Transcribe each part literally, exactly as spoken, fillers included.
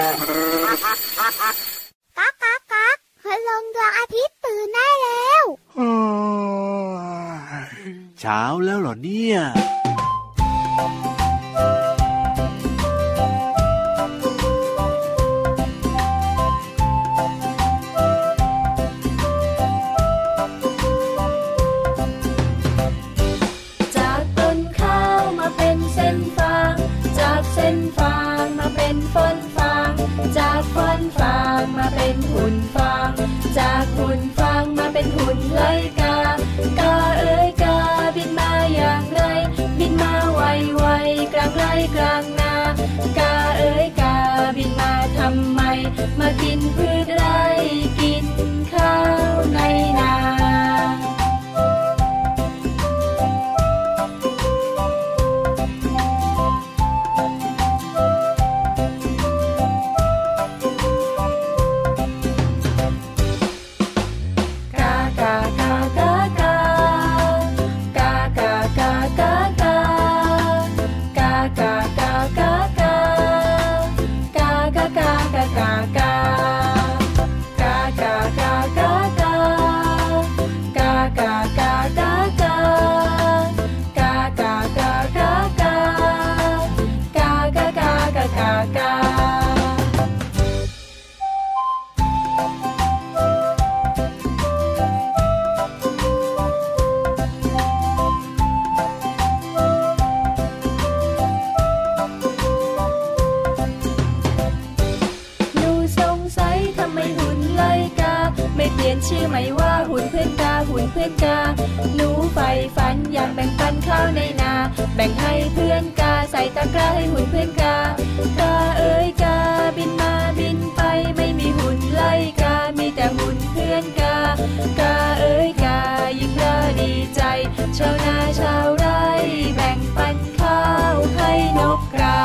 ก๊ากก๊ากก๊ากพลังดวงอาทิตย์ตื่นได้แล้วเช้าแล้วเหรอเนี่ยจากฟันฟางมาเป็นหุ่นฟางจากหุ่นฟางมาเป็นหุ่นไลกากาเอ้ยกาบินมาอย่างไรบินมาไวไวกลางไร่กลางนากาเอ้ยกาบินมาทำไมมากินพืชไร่กินข้าวในนาชื่อไหมว่าหุ่นเพื่อนกาหุ่นเพื่อนกาหนูใฝ่ฝันอยากแบ่งปันข้าวในนาแบ่งให้เพื่อนกาใส่ตะกร้าให้หุ่นเพื่อนกากาเอ้ยกาบินมาบินไปไม่มีหุ่นไล่กามีแต่หุ่นเพื่อนกากาเอ้ยกายิ่งน่าดีใจชาวนาชาวไร่แบ่งปันข้าวให้นกกา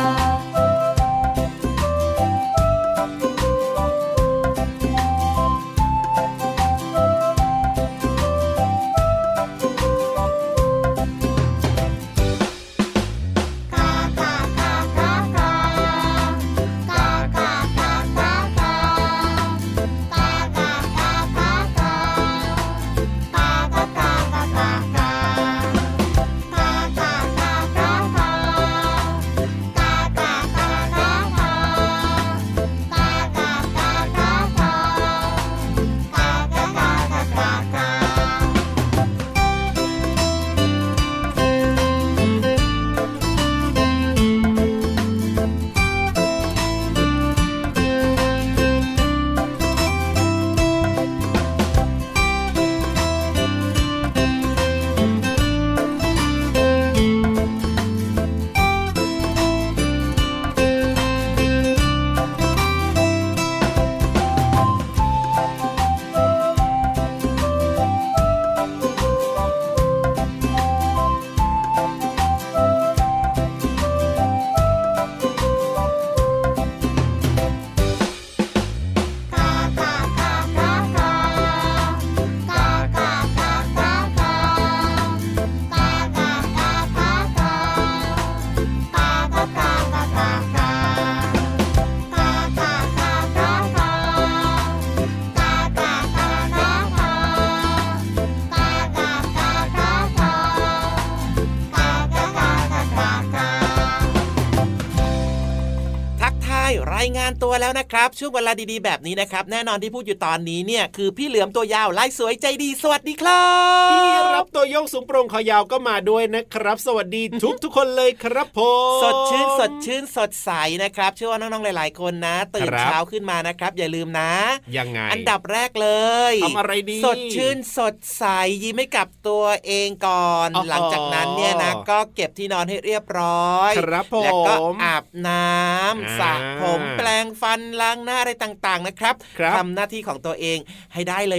รายงานตัวแล้วนะครับช่วงเวลาดีๆแบบนี้นะครับแน่นอนที่พูดอยู่ตอนนี้เนี่ยคือพี่เหลือมตัวยาวลายสวยใจดีสวัสดีครับพี่รับตัวโยงสูงโปร่งคอยาวก็มาด้วยนะครับสวัสดีทุกทุกคนเลยครับผมสดชื่นสดชื่นสดใสนะครับเชื่อว่าน้องๆหลายๆคนนะตื่นเช้าขึ้นมานะครับอย่าลืมนะยังไงอันดับแรกเลยทำอะไรดีสดชื่นสดใสยิ้มให้กับตัวเองก่อนหลังจากนั้นเนี่ยนะก็เก็บที่นอนให้เรียบร้อยแล้วก็อาบน้ำสระผมแปรงฟันล้างหน้าอะไรต่างๆนะครับทำหน้าที่ของตัวเองให้ได้เลยนะ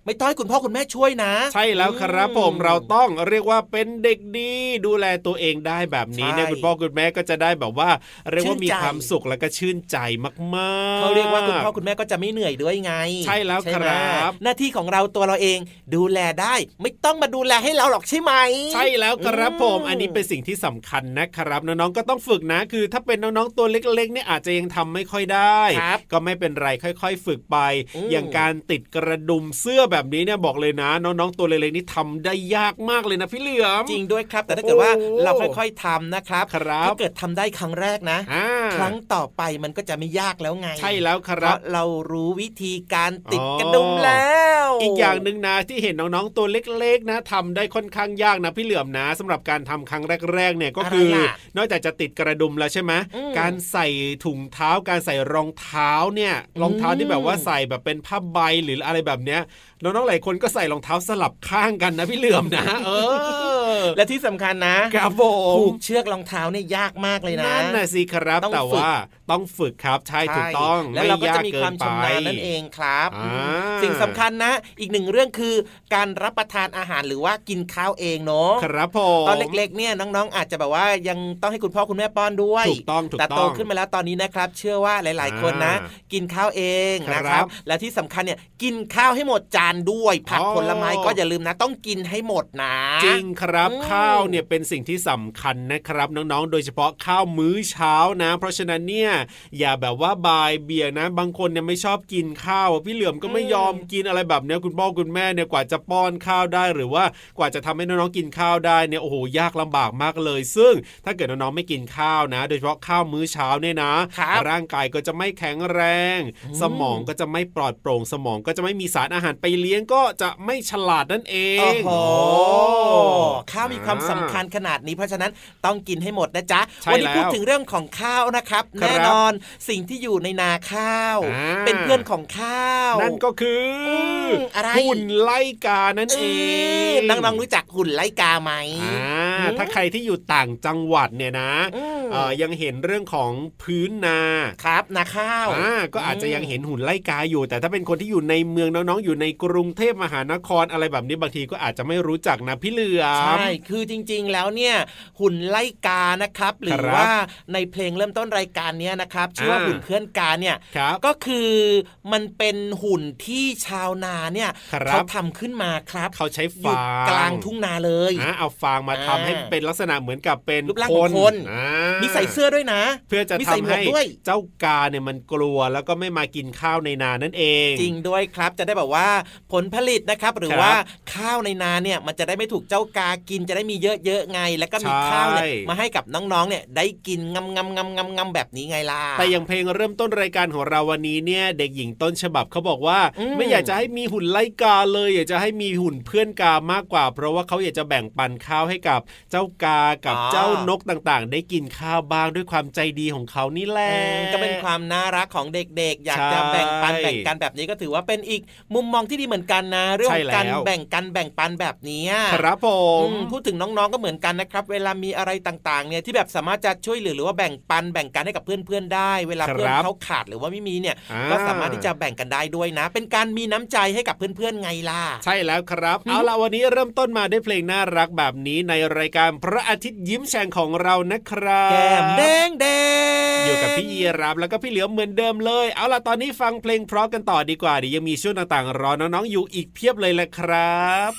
ไม่ต้องให้คุณพ่อคุณแม่ช่วยนะใช่แล้วครับผมเราต้องเรียกว่าเป็นเด็กดีดูแลตัวเองได้แบบนี้เนี่ยคุณพ่อคุณแม่ก็จะได้แบบว่าเรียกว่ามีความสุขแล้วก็ชื่นใจมากๆเขาเรียกว่าคุณพ่อคุณแม่ก็จะไม่เหนื่อยด้วยไงใช่แล้วครับหน้าที่ของเราตัวเราเองดูแลได้ไม่ต้องมาดูแลให้เราหรอกใช่ไหมใช่แล้วครับผมอันนี้เป็นสิ่งที่สำคัญนะครับน้องๆก็ต้องฝึกนะคือถ้าเป็นน้องๆตัวเล็กๆเนี่ยอาจจะยังทำไม่ค่อยได้ก็ไม่เป็นไรค่อยๆฝึกไปอย่างการติดกระดุมเสื้อแบบนี้เนี่ยบอกเลยนะน้องๆตัวเล็กๆนี่ทำได้ยากมากเลยนะพี่เหลือมจริงด้วยครับแต่ถ้าเกิดว่าเราค่อยๆทำนะครับถ้าเกิดทำได้ครั้งแรกนะครั้งต่อไปมันก็จะไม่ยากแล้วไงใช่แล้วครับเพราะเรารู้วิธีการติดกระดุมแล้วอีกอย่างนึงนะที่เห็นน้องๆตัวเล็กๆนะทำได้ค่อนข้างยากนะพี่เหลือมนะสำหรับการทำครั้งแรกๆเนี่ยก็คือนอกจากจะติดกระดุมแล้วใช่ไหมการใส่ถุงเท้าการใส่รองเท้าเนี่ยรองเท้าที่แบบว่าใส่แบบเป็นผ้าใบหรืออะไรแบบเนี้ยน้องๆหลายคนก็ใส่รองเท้าสลับข้างกันนะพี่เหลือมนะเออและที่สำคัญนะครับผมผูกเชือกรองเท้าเนี่ยยากมากเลยนะนั่นน่ะสิครับแต่ว่าต้องฝึกครับใช่ถูกต้องแล้วเราก็จะมีความชำนาญนั่นเองครับสิ่งสำคัญนะอีกหนึ่งเรื่องคือการรับประทานอาหารหรือว่ากินข้าวเองเนาะครับผมตอนเล็กๆเนี่ยน้องๆอาจจะแบบว่ายังต้องให้คุณพ่อคุณแม่ป้อนด้วยถูกต้องถูกต้องแต่โตขึ้นมาแล้วตอนนี้นะครับเชื่อว่าหลายๆคนนะกินข้าวเองนะครับและที่สำคัญเนี่ยกินข้าวให้หมดจานด้วยผักผลไม้ก็อย่าลืมนะต้องกินให้หมดนะจริงครับข้าวเนี่ยเป็นสิ่งที่สำคัญนะครับน้องๆโดยเฉพาะข้าวมื้อเช้านะเพราะฉะนั้นเนี่ยอย่าแบบว่าบ่ายเบี่ยงนะบางคนเนี่ยไม่ชอบกินข้าวพี่เหลือมก็ไม่ยอมกินอะไรแบบนี้คุณพ่อคุณแม่เนี่ยกว่าจะป้อนข้าวได้หรือว่ากว่าจะทำให้น้องๆกินข้าวได้เนี่ยโอ้โหยากลำบากมากเลยซึ่งถ้าเกิดน้องๆไม่กินข้าวนะโดยเฉพาะข้าวมื้อเช้าเนี่ยนะร่างกายก็จะไม่แข็งแรงสมองก็จะไม่ปลอดโปร่งสมองก็จะไม่มีสารอาหารไปเลี้ยงก็จะไม่ฉลาดนั่นเองโอ้โหข้าวมีความสำคัญขนาดนี้เพราะฉะนั้นต้องกินให้หมดนะจ๊ะวันนี้พูดถึงเรื่องของข้าวนะครับแน่นอนสิ่งที่อยู่ในนาข้าวเป็นเพื่อนของข้าวนั่นก็คืออะไรหุ่นไล่กานั่นเองน้องๆรู้จักหุ่นไล่กาไหมถ้าใครที่อยู่ต่างจังหวัดเนี่ยนะยังเห็นเรื่องของพื้นนาครับนาข้าวก็อาจจะยังเห็นหุ่นไล่กาอยู่แต่ถ้าเป็นคนที่อยู่ในเมืองน้องๆอยู่ในกรุงเทพมหานครอะไรแบบนี้บางทีก็อาจจะไม่รู้จักนะพี่เหลือมใช่คือจริงๆแล้วเนี่ยหุ่นไล่กานะครับหรือว่าในเพลงเริ่มต้นรายการนี้นะครับชื่อว่าหุ่นเพื่อนกาเนี่ยก็คือมันเป็นหุ่นที่ชาวนาเนี่ยเขาทำขึ้นมาครับเขาใช้ฟางกลางทุ่งนาเลยเอาฟางมาทำให้เป็นลักษณะเหมือนกับเป็นรูปร่างของคนมีใส่เสื้อด้วยนะเพื่อจะทำให้เจ้ากาเนี่ยมันกลัวแล้วก็ไม่มากินข้าวในนานั่นเองจริงด้วยครับจะได้แบบว่าผลผลิตนะครับหรือว่าข้าวในนาเนี่ยมันจะได้ไม่ถูกเจ้ากากินจะได้มีเยอะๆไงแล้วก็มีข้าวเนี่ยมาให้กับน้องๆเนี่ยได้กินงำงำงำงำงำแบบนี้ไงล่ะแต่อย่างเพลงเริ่มต้นรายการของเราวันนี้เนี่ยเด็กหญิงต้นฉบับเขาบอกว่าไม่อยากจะให้มีหุ่นไล่กาเลยอยากจะให้มีหุ่นเพื่อนกามากกว่าเพราะว่าเขาอยากจะแบ่งปันข้าวให้กับเจ้ากากับเจ้านกต่างๆได้กินข้าวบ้างด้วยความใจดีของเขานี่แหละก็เป็นความน่ารักของเด็กๆอยากจะแบ่งปันแบ่งกันแบบนี้ก็ถือว่าเป็นอีกมุมมองที่ดีเหมือนกันนะเรื่องการแบ่งกันแบ่งปันแบบนี้ครับผมพูดถึงน้องๆก็เหมือนกันนะครับเวลามีอะไรต่างๆเนี่ยที่แบบสามารถจะช่วยเหลือหรือว่าแบ่งปันแบ่งกันให้กับเพื่อนๆได้เวลาเพื่อนเขาขาดหรือว่าไม่มีเนี่ยก็สามารถที่จะแบ่งกันได้ด้วยนะเป็นการมีน้ำใจให้กับเพื่อนๆไงล่ะใช่แล้วครับเอาล่ะวันนี้เริ่มต้นมาด้วยเพลงน่ารักแบบนี้ในรายการพระอาทิตย์ยิ้มแฉ่งของเรานะครับแก้มแดงแดงอยู่กับพี่ยีรับแล้วก็พี่เหลียวเหมือนเดิมเลยเอาล่ะตอนนี้ฟังเพลงเพราะกันต่อดีกว่าเดี๋ยวยังมีช่วงต่างๆรอน้องๆอยู่อีกเพียบเลยแหละครับ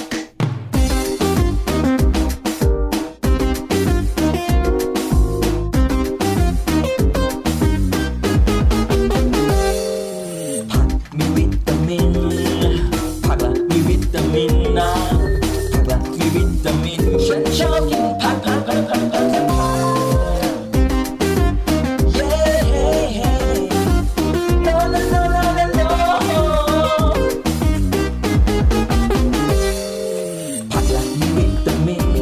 ฉันชอบกินผักผักผักผักผักผักผักเย้เฮ้เฮ้โนโนโนโนโนผักละมีวิตามิน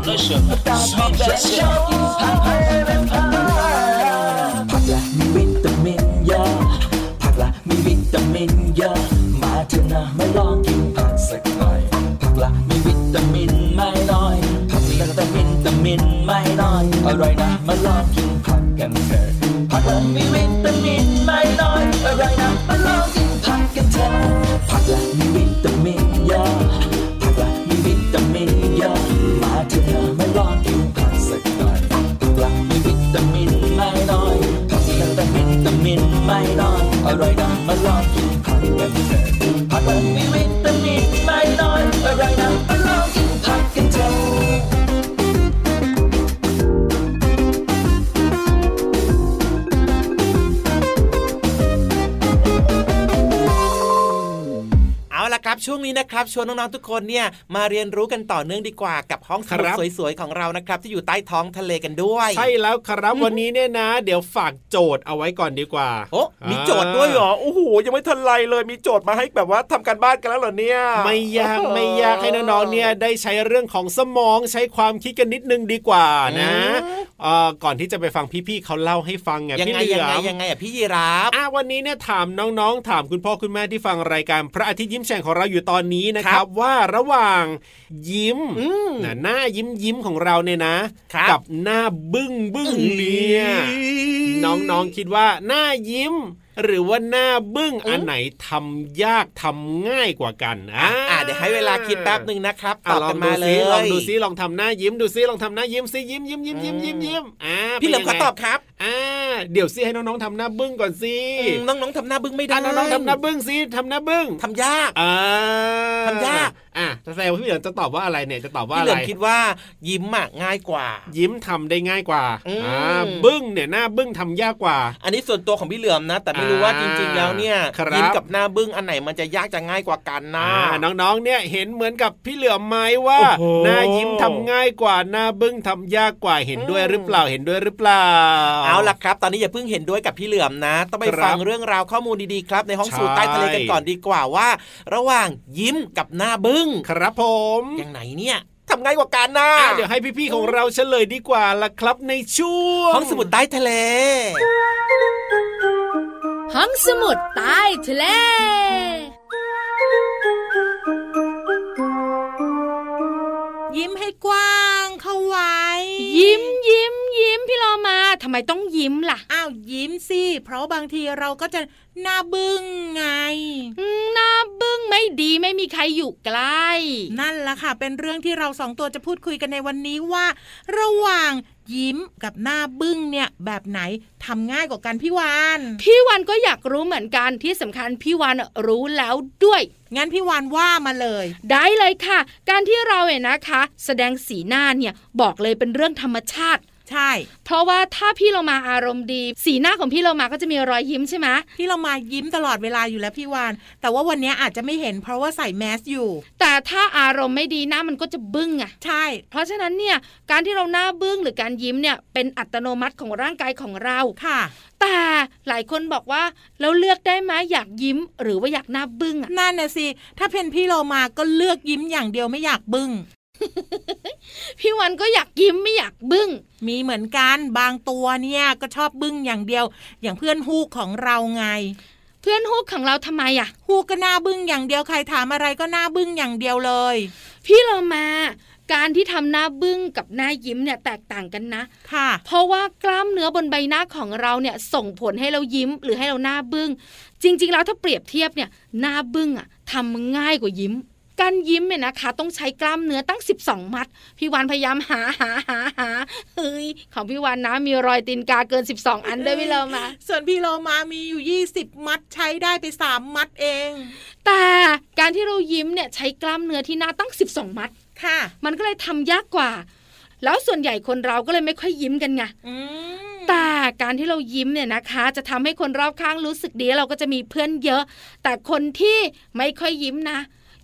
ชอบกินผักผักละมีวิตามินเยอะผักละมีวิตามินเยอะมาเถอะนะมาลองกินผักสักหน่อยผักละมีวิตามินไม่น้อยผักมีวิตามินวิตามินไม่น้อยอร่อยนะมาลองกินผักกันเถอะผักละมีวิตามินไม่น้อยอร่อยนะมาลองกินผักกันเถอะผักละมีวิตามินเยอะผักละมีวิตามินเยอะมาเถอะนะมาลองกินผักสักหน่อยผักละมีวิตามินไม่น้อยผักมีวิตามินวิตามินไม่น้อยอร่อยนะมาลองกินผักกันเถอะผักละมีวิตามินไม่น้อยอร่อยนะมาลองกินผักกันเถอะครับช่วงนี้นะครับชวนน้องๆทุกคนเนี่ยมาเรียนรู้กันต่อเนื่องดีกว่ากับห้องสมุดสวยๆของเรานะครับที่อยู่ใต้ท้องทะเลกันด้วยใช่แล้วครับวันนี้เนี่ยนะเดี๋ยวฝากโจทย์เอาไว้ก่อนดีกว่าโอ้มีโจทย์ด้วยเหรอโอ้โหยังไม่ทันไรเลยมีโจทย์มาให้แบบว่าทำการบ้านกันแล้วเหรอเนี่ยไม่ยากไม่ยากให้น้องๆเนี่ยได้ใช้เรื่องของสมองใช้ความคิดกันนิดนึงดีกว่านะก่อนที่จะไปฟังพี่ๆเขาเล่าให้ฟังไงพี่เหลือมยังไงยังไงอ่ะพี่ยีราฟอ่ะวันนี้เนี่ยถามน้องๆถามคุณพ่อคุณแม่ที่ฟังรายการพระอาทิตย์ยิ้มแฉ่งของเราอยู่ตอนนี้นะครับว่าระหว่างยิ้มนะหน้ายิ้มยิ้มของเราเนี่ยนะกับหน้าบึ้งบึ้งเนี่ยน้องๆคิดว่าหน้ายิ้มหรือว่าหน้าบึ้งอันไหนทำยากทำง่ายกว่ากันอ่าเดี๋ยวให้เวลาคิดแป๊บนึงนะครับตอบกันมาเลยลองดูซิลองทำหน้ายิ้มดูซิลองทำหน้ายิ้มซิยิ้มยิ้มยิ้มยิ้มยิ้มยิ้มอ่าพี่เหลิมขอตอบครับอ่าเดี๋ยวซิให้น้องๆทำหน้าบึ้งก่อนซิน้องๆทำหน้าบึ้งไม่ได้น้องๆทำหน้าบึ้งซิทำหน้าบึ้งทำยากอ่าทำยากอ่ะแสดงว่าพี่เหลิมจะตอบว่าอะไรเนี่ยจะตอบว่าอะไรพี่เหลิมคิดว่ายิ้มอ่ะง่ายกว่ายิ้มทำได้ง่ายกว่าอ่าบึ้งเนี่ยหน้าบึ้งทำยากกว่าอันนี้ส่วนตัวของพี่เหลิมนะแต่ไม่รู้ว่าจริงๆแล้วเนี่ยยิ้มกับหน้าบึ้งอันไหนมันจะยากจะง่ายกว่ากันนะน้องๆเนี่ยเห็นเหมือนกับพี่เหลือมไหมว่าหน้ายิ้มทำง่ายกว่าหน้าบึ้งทำยากกว่าเห็นด้วยหรือเปล่าเห็นด้วยหรือเปล่าเอาล่ะครับตอนนี้อย่าเพิ่งเห็นด้วยกับพี่เหลือมนะต้องไปฟังเรื่องราวข้อมูลดีๆครับในห้องสู่ใต้ทะเลกันก่อนดีกว่าว่าระหว่างยิ้มกับหน้าบึ้งครับผมอย่างไหนเนี่ยทำง่ายกว่ากันนะเดี๋ยวให้พี่ๆของเราเฉลยดีกว่าล่ะครับในช่วงห้องสมุดใต้ทะเลห้องสมุดใต้ทะเลยิ้มให้กว้างเข้าไว้ยิ้มยิ้มยิ้มพี่โลมาทำไมต้องยิ้มล่ะอ้าวยิ้มสิเพราะบางทีเราก็จะหน้าบึ้งไงหน้าบึ้งไม่ดีไม่มีใครอยู่ใกล้นั่นล่ะค่ะเป็นเรื่องที่เราสองตัวจะพูดคุยกันในวันนี้ว่าระหว่างยิ้มกับหน้าบึ้งเนี่ยแบบไหนทำง่ายกว่ากันพี่วานพี่วานก็อยากรู้เหมือนกันที่สำคัญพี่วานรู้แล้วด้วยงั้นพี่วานว่ามาเลยได้เลยค่ะการที่เราเนี่ยนะคะแสดงสีหน้าเนี่ยบอกเลยเป็นเรื่องธรรมชาติใช่เพราะว่าถ้าพี่เรามาอารมณ์ดีสีหน้าของพี่เรามาก็จะมีรอยยิ้มใช่ไหมพี่เรามายิ้มตลอดเวลาอยู่แล้วพี่วานแต่ว่าวันนี้อาจจะไม่เห็นเพราะว่าใส่แมสอยู่แต่ถ้าอารมณ์ไม่ดีหน้ามันก็จะบึ้งอ่ะใช่เพราะฉะนั้นเนี่ยการที่เราหน้าบึ้งหรือการยิ้มเนี่ยเป็นอัตโนมัติของร่างกายของเราค่ะแต่หลายคนบอกว่าเราเลือกได้ไหมอยากยิ้มหรือว่าอยากหน้าบึ้งอ่ะนั่นน่ะสิถ้าเป็นพี่เรามาก็เลือกยิ้มอย่างเดียวไม่อยากบึ้งพี่วันก็อยากยิ้มไม่อยากบึ้งมีเหมือนกันบางตัวเนี่ยก็ชอบบึ้งอย่างเดียวอย่างเพื่อนฮูกของเราไงเพื่อนฮูกของเราทำไมอ่ะฮูกก็หน้าบึ้งอย่างเดียวใครถามอะไรก็หน้าบึ้งอย่างเดียวเลยพี่เรามาการที่ทำหน้าบึ้งกับหน้ายิ้มเนี่ยแตกต่างกันนะค่ะเพราะว่ากล้ามเนื้อบนใบหน้าของเราเนี่ยส่งผลให้เรายิ้มหรือให้เราหน้าบึ้งจริงๆแล้วถ้าเปรียบเทียบเนี่ยหน้าบึ้งอ่ะทำง่ายกว่ายิ้มการยิ้มเนี่ยนะคะต้องใช้กล้ามเนื้อตั้งสิบสองมัดพี่วานพยายามหาหาหาหาเฮ้ยของพี่วานนะมีรอยตีนกาเกินสิบสองอันด้วยพี่เรามาส่วนพี่เรามามีอยู่ยี่สิบมัดใช้ได้ไปสามมัดเองแต่การที่เรายิ้มเนี่ยใช้กล้ามเนื้อที่หน้าตั้งสิบสองมัดค่ะมันก็เลยทำยากกว่าแล้วส่วนใหญ่คนเราก็เลยไม่ค่อยยิ้มกันไงแต่การที่เรายิ้มเนี่ยนะคะจะทำให้คนรอบข้างรู้สึกดีเราก็จะมีเพื่อนเยอะแต่คนที่ไม่ค่อยยิ้มนะ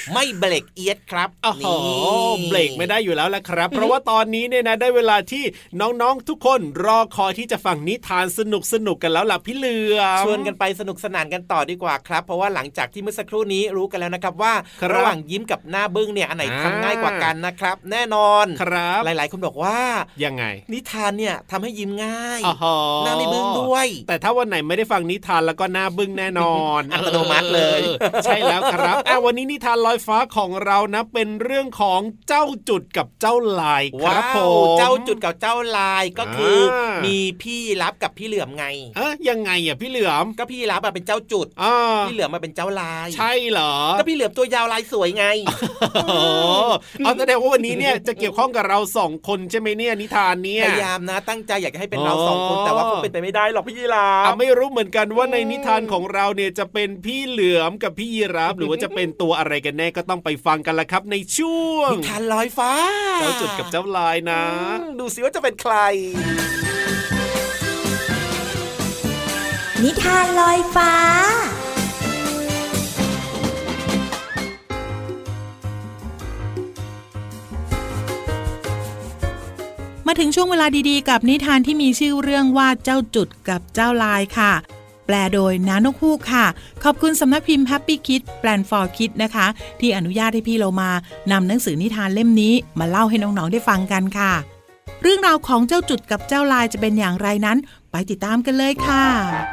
ไม่เบรกเอียดครับโอ้โหเบรกไม่ได้อยู่แล้วแหละครับเพราะว่าตอนนี้เนี่ยนะได้เวลาที่น้องๆทุกคนรอคอยที่จะฟังนิทานสนุกสนุกกันแล้วล่ะพี่เหลือมชวนกันไปสนุกสนานกันต่อดีกว่าครับเพราะว่าหลังจากที่เมื่อสักครู่นี้รู้กันแล้วนะครับว่าระหว่างยิ้มกับหน้าบึ้งเนี่ยอันไหนทำง่ายกว่ากันนะครับแน่นอนครับหลายๆคนบอกว่ายังไงนิทานเนี่ยทำให้ยิ้มง่ายหน้าไม่บึ้งด้วยแต่ถ้าวันไหนไม่ได้ฟังนิทานแล้วก็หน้าบึ้งแน่นอนอัตโนมัติเลยใช่แล้วครับวันนี้นิทานลอยฟ้าของเรานะเป็นเรื่องของเจ้าจุดกับเจ้าลายครับผมเจ้าจุดกับเจ้าลายก็คือมีพี่รับกับพี่เหลือมไงเอ๊ะยังไงอ่ะพี่เหลือมก็พี่รับเป็นเจ้าจุดพี่เหลือมมาเป็นเจ้าลายใช่เหรอก็พี่เหลือมตัวยาวลายสวยไงเอาแสดงว่าวันนี้เนี่ยจะเกี่ยวข้องกับเราสองคนใช่ไหมเนี่ยนิทานเนี่ยพยายามนะตั้งใจอยากจะให้เป็นเราสองคนแต่ว่าคงเป็นไปไม่ได้หรอกพี่ยีราฟไม่รู้เหมือนกันว่าในนิทานของเราเนี่ยจะเป็นพี่เหลือมกับพี่ยีราฟหรือว่าจะเป็นตัวอะไรกันแน่ก็ต้องไปฟังกันละครับในช่วงนิทานลอยฟ้าเจ้าจุดกับเจ้าลายนะดูสิว่าจะเป็นใครนิทานลอยฟ้ามาถึงช่วงเวลาดีๆกับนิทานที่มีชื่อเรื่องว่าเจ้าจุดกับเจ้าลายค่ะแปลโดยน้านกฮูกค่ะขอบคุณสำนักพิมพ์ Happy Kids Plan for Kids นะคะที่อนุญาตให้พี่เรามานำหนังสือนิทานเล่มนี้มาเล่าให้น้องๆได้ฟังกันค่ะเรื่องราวของเจ้าจุดกับเจ้าลายจะเป็นอย่างไรนั้นไปติดตามกันเลยค่ะ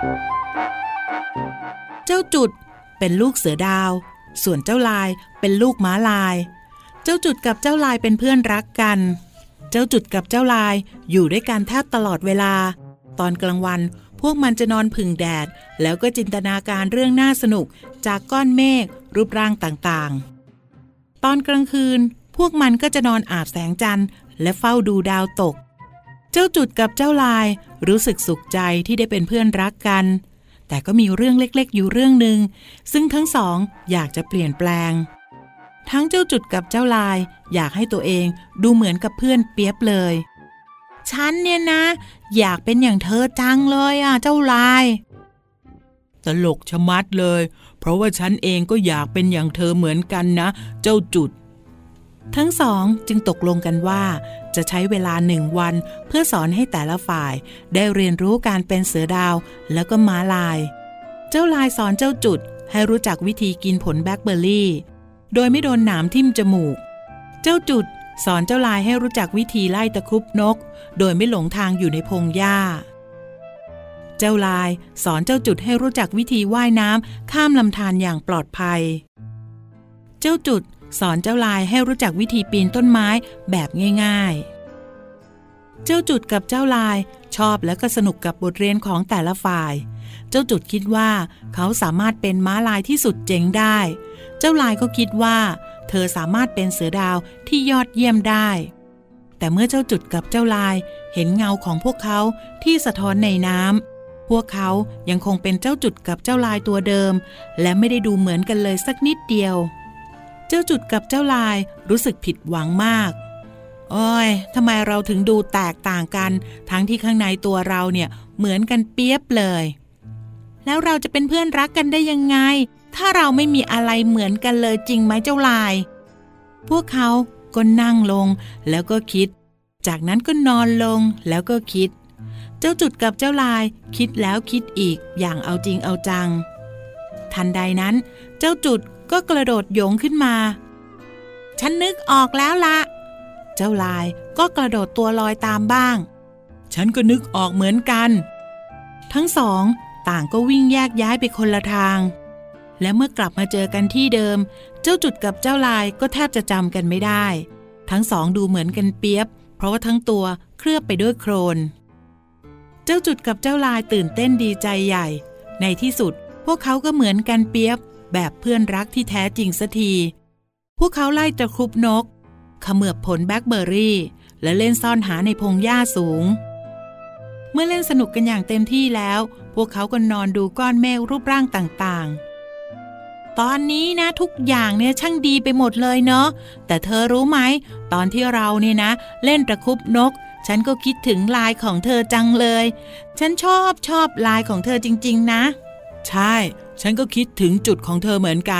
เจ้าจุดเป็นลูกเสือดาวส่วนเจ้าลายเป็นลูกม้าลายเจ้าจุดกับเจ้าลายเป็นเพื่อนรักกันเจ้าจุดกับเจ้าลายอยู่ด้วยกันแทบตลอดเวลาตอนกลางวันพวกมันจะนอนผึ่งแดดแล้วก็จินตนาการเรื่องน่าสนุกจากก้อนเมฆรูปร่างต่างๆตอนกลางคืนพวกมันก็จะนอนอาบแสงจันทร์และเฝ้าดูดาวตกเจ้าจุดกับเจ้าลายรู้สึกสุขใจที่ได้เป็นเพื่อนรักกันแต่ก็มีเรื่องเล็กๆอยู่เรื่องหนึ่งซึ่งทั้งสองอยากจะเปลี่ยนแปลงทั้งเจ้าจุดกับเจ้าลายอยากให้ตัวเองดูเหมือนกับเพื่อนเปียบเลยฉันเนี่ยนะอยากเป็นอย่างเธอจังเลยอ่ะเจ้าลายตลกชะมัดเลยเพราะว่าฉันเองก็อยากเป็นอย่างเธอเหมือนกันนะเจ้าจุดทั้งสองจึงตกลงกันว่าจะใช้เวลาหนึ่งวันเพื่อสอนให้แต่ละฝ่ายได้เรียนรู้การเป็นเสือดาวแล้วก็ม้าลายเจ้าลายสอนเจ้าจุดให้รู้จักวิธีกินผลแบล็คเบอร์รี่โดยไม่โดนหนามทิ่มจมูกเจ้าจุดสอนเจ้าลายให้รู้จักวิธีไล่ตะครุบนกโดยไม่หลงทางอยู่ในพงหญ้าเจ้าลายสอนเจ้าจุดให้รู้จักวิธีว่ายน้ำข้ามลำธารอย่างปลอดภัยเจ้าจุดสอนเจ้าลายให้รู้จักวิธีปีนต้นไม้แบบง่ายๆเจ้าจุดกับเจ้าลายชอบและก็สนุกกับบทเรียนของแต่ละฝ่ายเจ้าจุดคิดว่าเขาสามารถเป็นม้าลายที่สุดเจ๋งได้เจ้าลายก็คิดว่าเธอสามารถเป็นเสือดาวที่ยอดเยี่ยมได้แต่เมื่อเจ้าจุดกับเจ้าลายเห็นเงาของพวกเขาที่สะท้อนในน้ำพวกเขายังคงเป็นเจ้าจุดกับเจ้าลายตัวเดิมและไม่ได้ดูเหมือนกันเลยสักนิดเดียวเจ้าจุดกับเจ้าลายรู้สึกผิดหวังมากโอ้ยทำไมเราถึงดูแตกต่างกันทั้งที่ข้างในตัวเราเนี่ยเหมือนกันเปียบเลยแล้วเราจะเป็นเพื่อนรักกันได้ยังไงถ้าเราไม่มีอะไรเหมือนกันเลยจริงไหมเจ้าลายพวกเขาก็นั่งลงแล้วก็คิดจากนั้นก็นอนลงแล้วก็คิดเจ้าจุดกับเจ้าลายคิดแล้วคิดอีกอย่างเอาจริงเอาจังทันใดนั้นเจ้าจุดก็กระโดดโยงขึ้นมาฉันนึกออกแล้วละเจ้าลายก็กระโดดตัวลอยตามบ้างฉันก็นึกออกเหมือนกันทั้งสองต่างก็วิ่งแยกย้ายไปคนละทางและเมื่อกลับมาเจอกันที่เดิมเจ้าจุดกับเจ้าลายก็แทบจะจำกันไม่ได้ทั้งสองดูเหมือนกันเปียบเพราะว่าทั้งตัวเคลือบไปด้วยโคลนเจ้าจุดกับเจ้าลายตื่นเต้นดีใจใหญ่ในที่สุดพวกเขาก็เหมือนกันเปียบแบบเพื่อนรักที่แท้จริงสักทีพวกเขาไล่ตะครุบนกเขมือบผลแบล็คเบอร์รี่และเล่นซ่อนหาในพงหญ้าสูงเมื่อเล่นสนุกกันอย่างเต็มที่แล้วพวกเขาก็นอนดูก้อนเมฆรูปร่างต่างๆตอนนี้นะทุกอย่างเนี่ยช่างดีไปหมดเลยเนาะแต่เธอรู้ไหมตอนที่เราเนี่ยนะเล่นตะครุบนกฉันก็คิดถึงลายของเธอจังเลยฉันชอบชอบลายของเธอจริงๆนะใช่ฉันก็คิดถึงจุดของเธอเหมือนกัน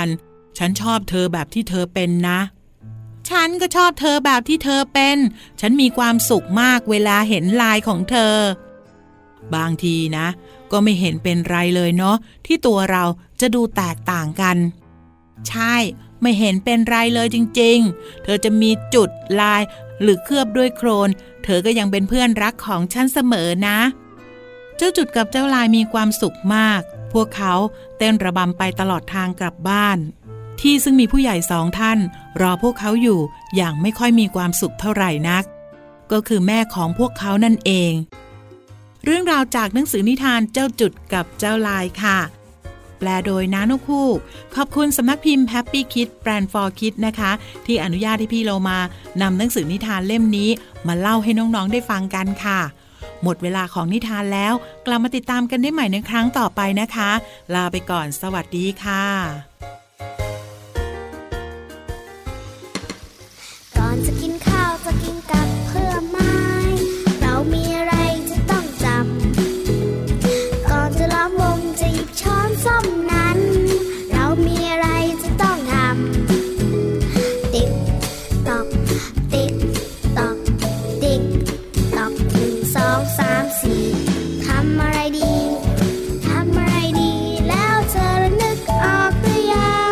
ฉันชอบเธอแบบที่เธอเป็นนะฉันก็ชอบเธอแบบที่เธอเป็นฉันมีความสุขมากเวลาเห็นลายของเธอบางทีนะก็ไม่เห็นเป็นไรเลยเนาะที่ตัวเราจะดูแตกต่างกันใช่ไม่เห็นเป็นไรเลยจริงๆเธอจะมีจุดลายหรือเคลือบด้วยโครนเธอก็ยังเป็นเพื่อนรักของฉันเสมอนะเจ้าจุดกับเจ้าลายมีความสุขมากพวกเขาเต้นระบำไปตลอดทางกลับบ้านที่ซึ่งมีผู้ใหญ่สองท่านรอพวกเขาอยู่อย่างไม่ค่อยมีความสุขเท่าไหร่นักก็คือแม่ของพวกเขานั่นเองเรื่องราวจากหนังสือนิทานเจ้าจุดกับเจ้าลายค่ะแปลโดยน้านกฮูกขอบคุณสำนักพิมพ์ Happy Kids Brand for Kids นะคะที่อนุญาตให้พี่โลมานำหนังสือนิทานเล่มนี้มาเล่าให้น้องๆได้ฟังกันค่ะหมดเวลาของนิทานแล้วกลับมาติดตามกันได้ใหม่ในครั้งต่อไปนะคะลาไปก่อนสวัสดีค่ะก่อนจะกินข้าวจะกินกับเพื่อไม้เรามีอะไรจะต้องจำก่อนจะล้อมวงจะหยิบช้อนส้อมนั้นเรามีอะไรจะต้องทำติ๊กตอกติ๊กตอกติ๊กตอกหนึ่งสองสามสี่ทำอะไรดีทำอะไรดีแล้วเธอระนึกออกหรือยัง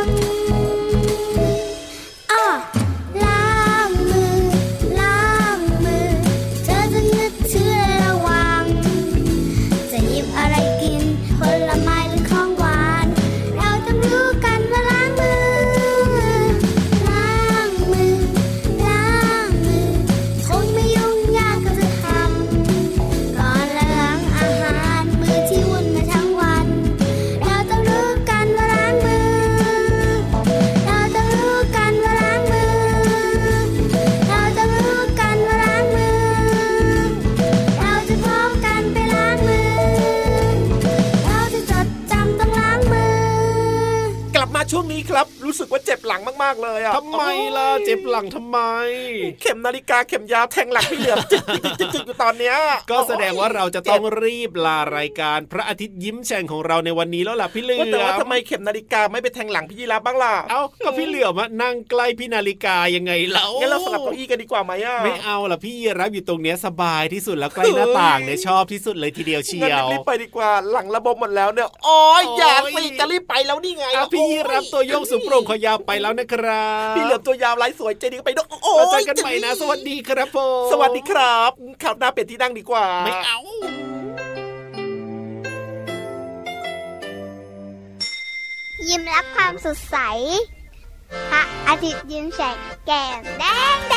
อ้อล้างมือล้างมือเธอจะนึกถึงระวังจะหยิบอะไรกินผลไม้หรือของหวานเราต้องรู้กันว่าล้างมือล้างมือล้างมือคงไม่ยุ่งยากก็จะทำก่อนล้างอาหารมือที่วุ่นมาทั้งวันเราต้องรู้กันว่าล้างมือเราต้องรู้กันว่าล้างมือเราต้องรู้กันว่าล้างมือเราจะพร้อมกันไปล้างมือเราจะจดจำต้องล้างมือกลับมาช่วงนี้ครับรู้สึกว่าเจ็บหลังมากๆเลยอ่ะทำไมล่ะเจ็บหลังทำไมเข็มนาฬิกาเข็มยาวแทงหลังพี่เหลือมจิ๊กจิ๊กจิ๊กจิ๊กอยู่ตอนเนี้ยก็แสดงว่าเราจะต้องรีบลารายการพระอาทิตย์ยิ้มแฉ่งของเราในวันนี้แล้วล่ะพี่เหลือมแต่ว่าทำไมเข็มนาฬิกาไม่ไปแทงหลังพี่ยีราฟบ้างล่ะเอ้าก็พี่เหลือมอะนั่งใกล้พี่นาฬิกายังไงเล่างั้นเราสลับเก้าอี้กันดีกว่าไหมอ่ะไม่เอาล่ะพี่ยีราฟอยู่ตรงเนี้ยสบายที่สุดแล้วใกล้หน้าต่างเนี่ยชอบที่สุดเลยทีเดียวเชียวรีบไปดีกว่าหลังระบบหมดแล้วเนี่ยโอ้ยอย่าสิจะรีบไปแล้วนี่ไงพี่ยีราฟตัวโยงสูงโปร่งคอยาวไปแล้วนะครับพี่เหลือมตัวยาวลายสวยใจดีไปด้วยโอ้ยเจอกันใหม่นะสวัสดีครับผมสวัสดีครับข่าวหน้าเป็ดที่นั่งดีกว่าไม่เอายิ้มรับความสดใสพระอาทิตย์ยิ้มแฉกแก้มแดง